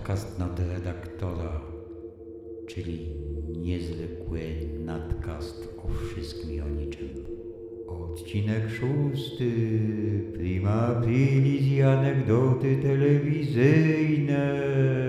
Podcast nadredaktora, czyli niezwykły nadcast o wszystkim i o niczym. Odcinek 6. Prima aprilis i anegdoty telewizyjne.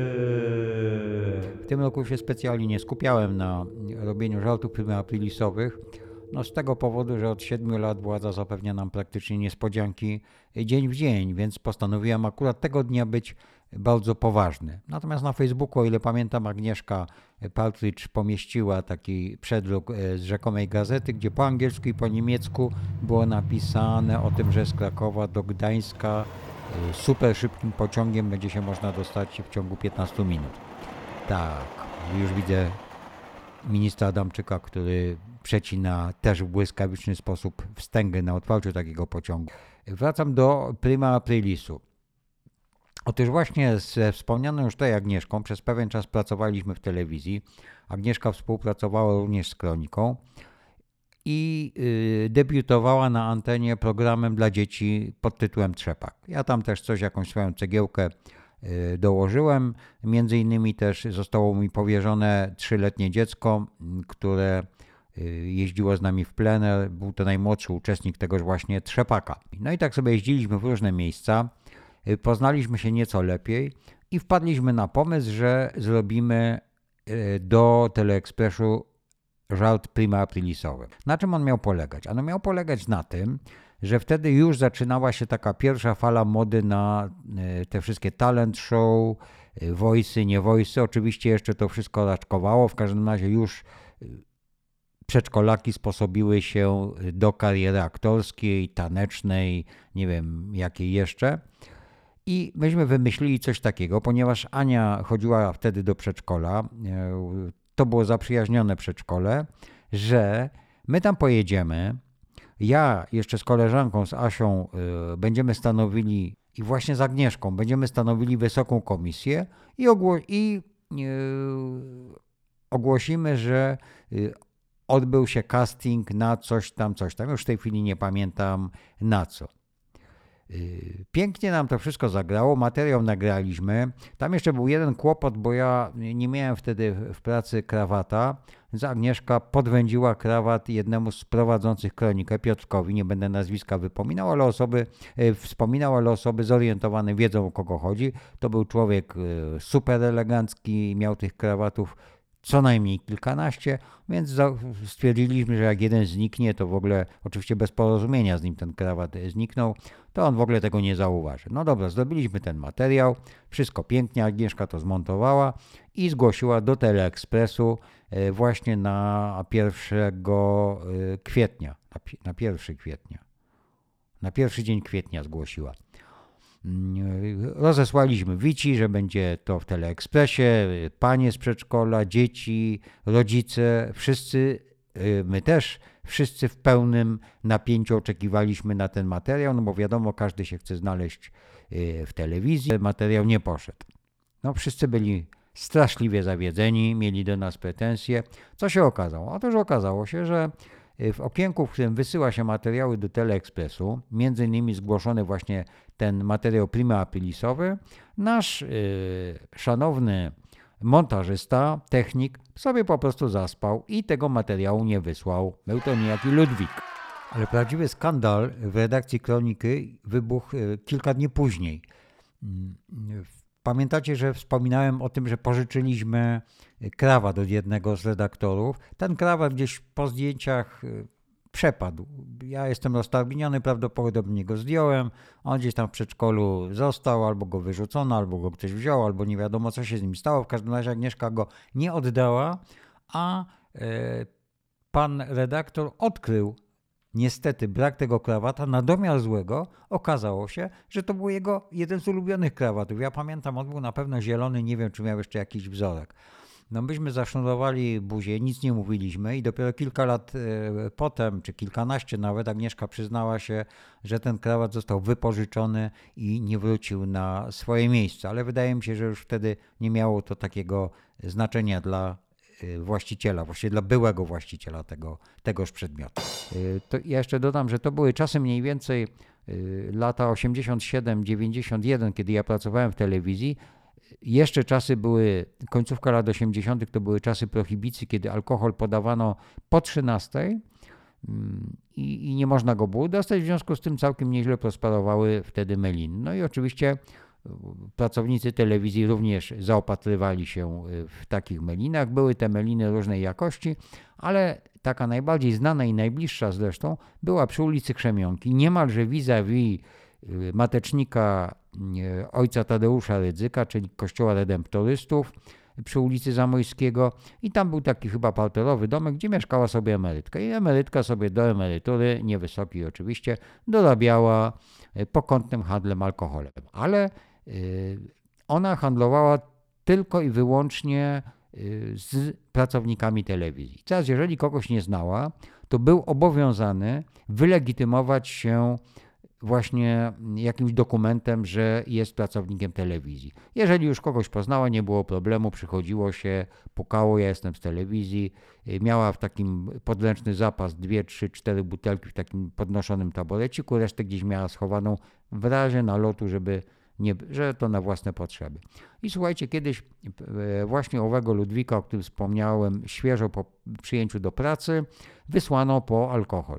W tym roku się specjalnie nie skupiałem na robieniu żartów prima aprilisowych. Z tego powodu, że od 7 lat władza zapewnia nam praktycznie niespodzianki dzień w dzień, więc postanowiłem akurat tego dnia być bardzo poważny. Natomiast na Facebooku, o ile pamiętam, Agnieszka Partridge pomieściła taki przedruk z rzekomej gazety, gdzie po angielsku i po niemiecku było napisane o tym, że z Krakowa do Gdańska super szybkim pociągiem będzie się można dostać w ciągu 15 minut. Tak, już widzę ministra Adamczyka, który przecina też w błyskawiczny sposób wstęgę na otwarciu takiego pociągu. Wracam do prima aprilisu. Otóż właśnie ze wspomnianą już tutaj Agnieszką przez pewien czas pracowaliśmy w telewizji. Agnieszka współpracowała również z Kroniką i debiutowała na antenie programem dla dzieci pod tytułem Trzepak. Ja tam też jakąś swoją cegiełkę dołożyłem. Między innymi też zostało mi powierzone 3-letnie dziecko, które jeździło z nami w plener. Był to najmłodszy uczestnik tegoż właśnie Trzepaka. No i tak sobie jeździliśmy w różne miejsca. Poznaliśmy się nieco lepiej i wpadliśmy na pomysł, że zrobimy do Teleekspresu żart prima aprilisowy. Na czym on miał polegać? On miał polegać na tym, że wtedy już zaczynała się taka pierwsza fala mody na te wszystkie talent show, voice'y, nie voice'y. Oczywiście jeszcze to wszystko raczkowało, w każdym razie już przedszkolaki sposobiły się do kariery aktorskiej, tanecznej, nie wiem jakiej jeszcze. I myśmy wymyślili coś takiego, ponieważ Ania chodziła wtedy do przedszkola, to było zaprzyjaźnione przedszkole, że my tam pojedziemy, ja jeszcze z koleżanką, z Asią będziemy stanowili i właśnie z Agnieszką będziemy stanowili wysoką komisję i ogłosimy, że odbył się casting na coś tam. Już w tej chwili nie pamiętam na co. Pięknie nam to wszystko zagrało, materiał nagraliśmy. Tam jeszcze był jeden kłopot, bo ja nie miałem wtedy w pracy krawata, więc Agnieszka podwędziła krawat jednemu z prowadzących Kronikę, Piotrkowi, nie będę nazwiska wspominał, ale osoby zorientowane wiedzą, o kogo chodzi. To był człowiek super elegancki, miał tych krawatów co najmniej kilkanaście, więc stwierdziliśmy, że jak jeden zniknie, to w ogóle, oczywiście bez porozumienia z nim ten krawat zniknął, to on w ogóle tego nie zauważy. No dobra, zrobiliśmy ten materiał, wszystko pięknie, Agnieszka to zmontowała i zgłosiła do Teleekspresu właśnie na 1 kwietnia, na 1 kwietnia, na pierwszy dzień kwietnia zgłosiła. Rozesłaliśmy wici, że będzie to w Teleekspresie, panie z przedszkola, dzieci, rodzice, wszyscy, my też, wszyscy w pełnym napięciu oczekiwaliśmy na ten materiał, no bo wiadomo, każdy się chce znaleźć w telewizji. Materiał nie poszedł. No wszyscy byli straszliwie zawiedzeni, mieli do nas pretensje. Co się okazało? Otóż okazało się, że w okienku, w którym wysyła się materiały do Teleekspresu, między innymi zgłoszony właśnie ten materiał prima aprilisowy, nasz szanowny montażysta, technik sobie po prostu zaspał i tego materiału nie wysłał. Był to niejaki Ludwik. Ale prawdziwy skandal w redakcji Kroniki wybuchł kilka dni później. Pamiętacie, że wspominałem o tym, że pożyczyliśmy krawat od jednego z redaktorów. Ten krawat gdzieś po zdjęciach przepadł. Ja jestem roztargniony, prawdopodobnie go zdjąłem. On gdzieś tam w przedszkolu został, albo go wyrzucono, albo go ktoś wziął, albo nie wiadomo co się z nim stało. W każdym razie Agnieszka go nie oddała, a pan redaktor odkrył niestety brak tego krawata, na domiar złego okazało się, że to był jego jeden z ulubionych krawatów. Ja pamiętam, on był na pewno zielony, nie wiem czy miał jeszcze jakiś wzorek. No myśmy zasznurowali buzię, nic nie mówiliśmy i dopiero kilka lat potem, czy kilkanaście nawet, Agnieszka przyznała się, że ten krawat został wypożyczony i nie wrócił na swoje miejsce. Ale wydaje mi się, że już wtedy nie miało to takiego znaczenia dla właściciela, właściwie dla byłego właściciela tegoż przedmiotu. To ja jeszcze dodam, że to były czasy mniej więcej lata 87-91, kiedy ja pracowałem w telewizji. Jeszcze czasy były, końcówka lat 80. to były czasy prohibicji, kiedy alkohol podawano po 13 i nie można go było dostać, w związku z tym całkiem nieźle prosperowały wtedy meliny. No i oczywiście pracownicy telewizji również zaopatrywali się w takich melinach. Były te meliny różnej jakości, ale taka najbardziej znana i najbliższa zresztą była przy ulicy Krzemionki, niemalże vis-a-vis matecznika ojca Tadeusza Rydzyka, czyli kościoła redemptorystów przy ulicy Zamojskiego i tam był taki chyba parterowy domek, gdzie mieszkała sobie emerytka i emerytka sobie do emerytury, niewysokiej oczywiście, dorabiała pokątnym handlem alkoholem, ale ona handlowała tylko i wyłącznie z pracownikami telewizji. Teraz jeżeli kogoś nie znała, to był obowiązany wylegitymować się właśnie jakimś dokumentem, że jest pracownikiem telewizji. Jeżeli już kogoś poznała, nie było problemu, przychodziło się, pukało, ja jestem z telewizji, miała w takim podręczny zapas 2, 3, 4 butelki w takim podnoszonym taboreciku, resztę gdzieś miała schowaną w razie nalotu, że to na własne potrzeby. I słuchajcie, kiedyś właśnie owego Ludwika, o którym wspomniałem, świeżo po przyjęciu do pracy, wysłano po alkohol.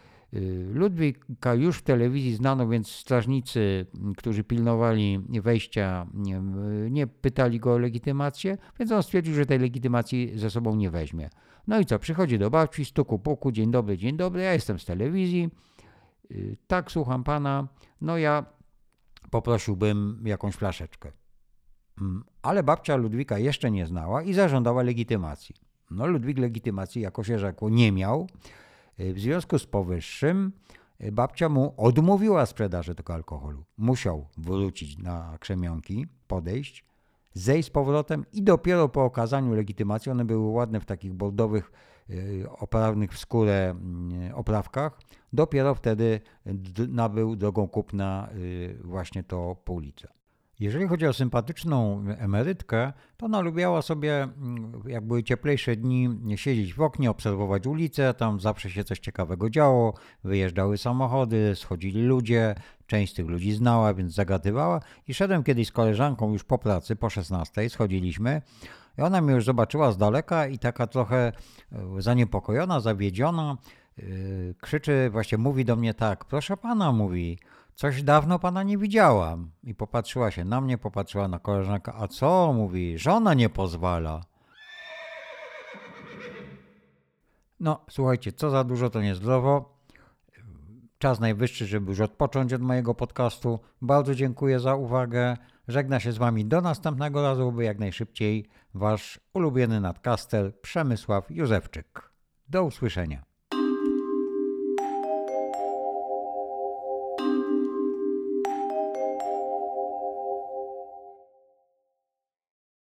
Ludwika już w telewizji znano, więc strażnicy, którzy pilnowali wejścia, nie pytali go o legitymację, więc on stwierdził, że tej legitymacji ze sobą nie weźmie. No i co, przychodzi do babci, stuku puku, dzień dobry, ja jestem z telewizji, tak, słucham pana, no ja poprosiłbym jakąś flaszeczkę. Ale babcia Ludwika jeszcze nie znała i zażądała legitymacji. No Ludwik legitymacji, jako się rzekło, nie miał. W związku z powyższym babcia mu odmówiła sprzedaży tego alkoholu. Musiał wrócić na Krzemionki, podejść, zejść z powrotem i dopiero po okazaniu legitymacji, one były ładne w takich bordowych, oprawnych w skórę oprawkach, dopiero wtedy nabył drogą kupna właśnie to Police. Jeżeli chodzi o sympatyczną emerytkę, to ona lubiała sobie, jak były cieplejsze dni, siedzieć w oknie, obserwować ulicę, tam zawsze się coś ciekawego działo, wyjeżdżały samochody, schodzili ludzie, część z tych ludzi znała, więc zagadywała i szedłem kiedyś z koleżanką już po pracy, po 16, schodziliśmy i ona mnie już zobaczyła z daleka i taka trochę zaniepokojona, zawiedziona, krzyczy, właśnie mówi do mnie tak, proszę pana, mówi, coś dawno pana nie widziałam. I popatrzyła się na mnie, popatrzyła na koleżankę. A co? Mówi, żona nie pozwala. No, słuchajcie, co za dużo to niezdrowo. Czas najwyższy, żeby już odpocząć od mojego podcastu. Bardzo dziękuję za uwagę. Żegna się z wami do następnego razu, by jak najszybciej wasz ulubiony nadcaster Przemysław Józefczyk. Do usłyszenia.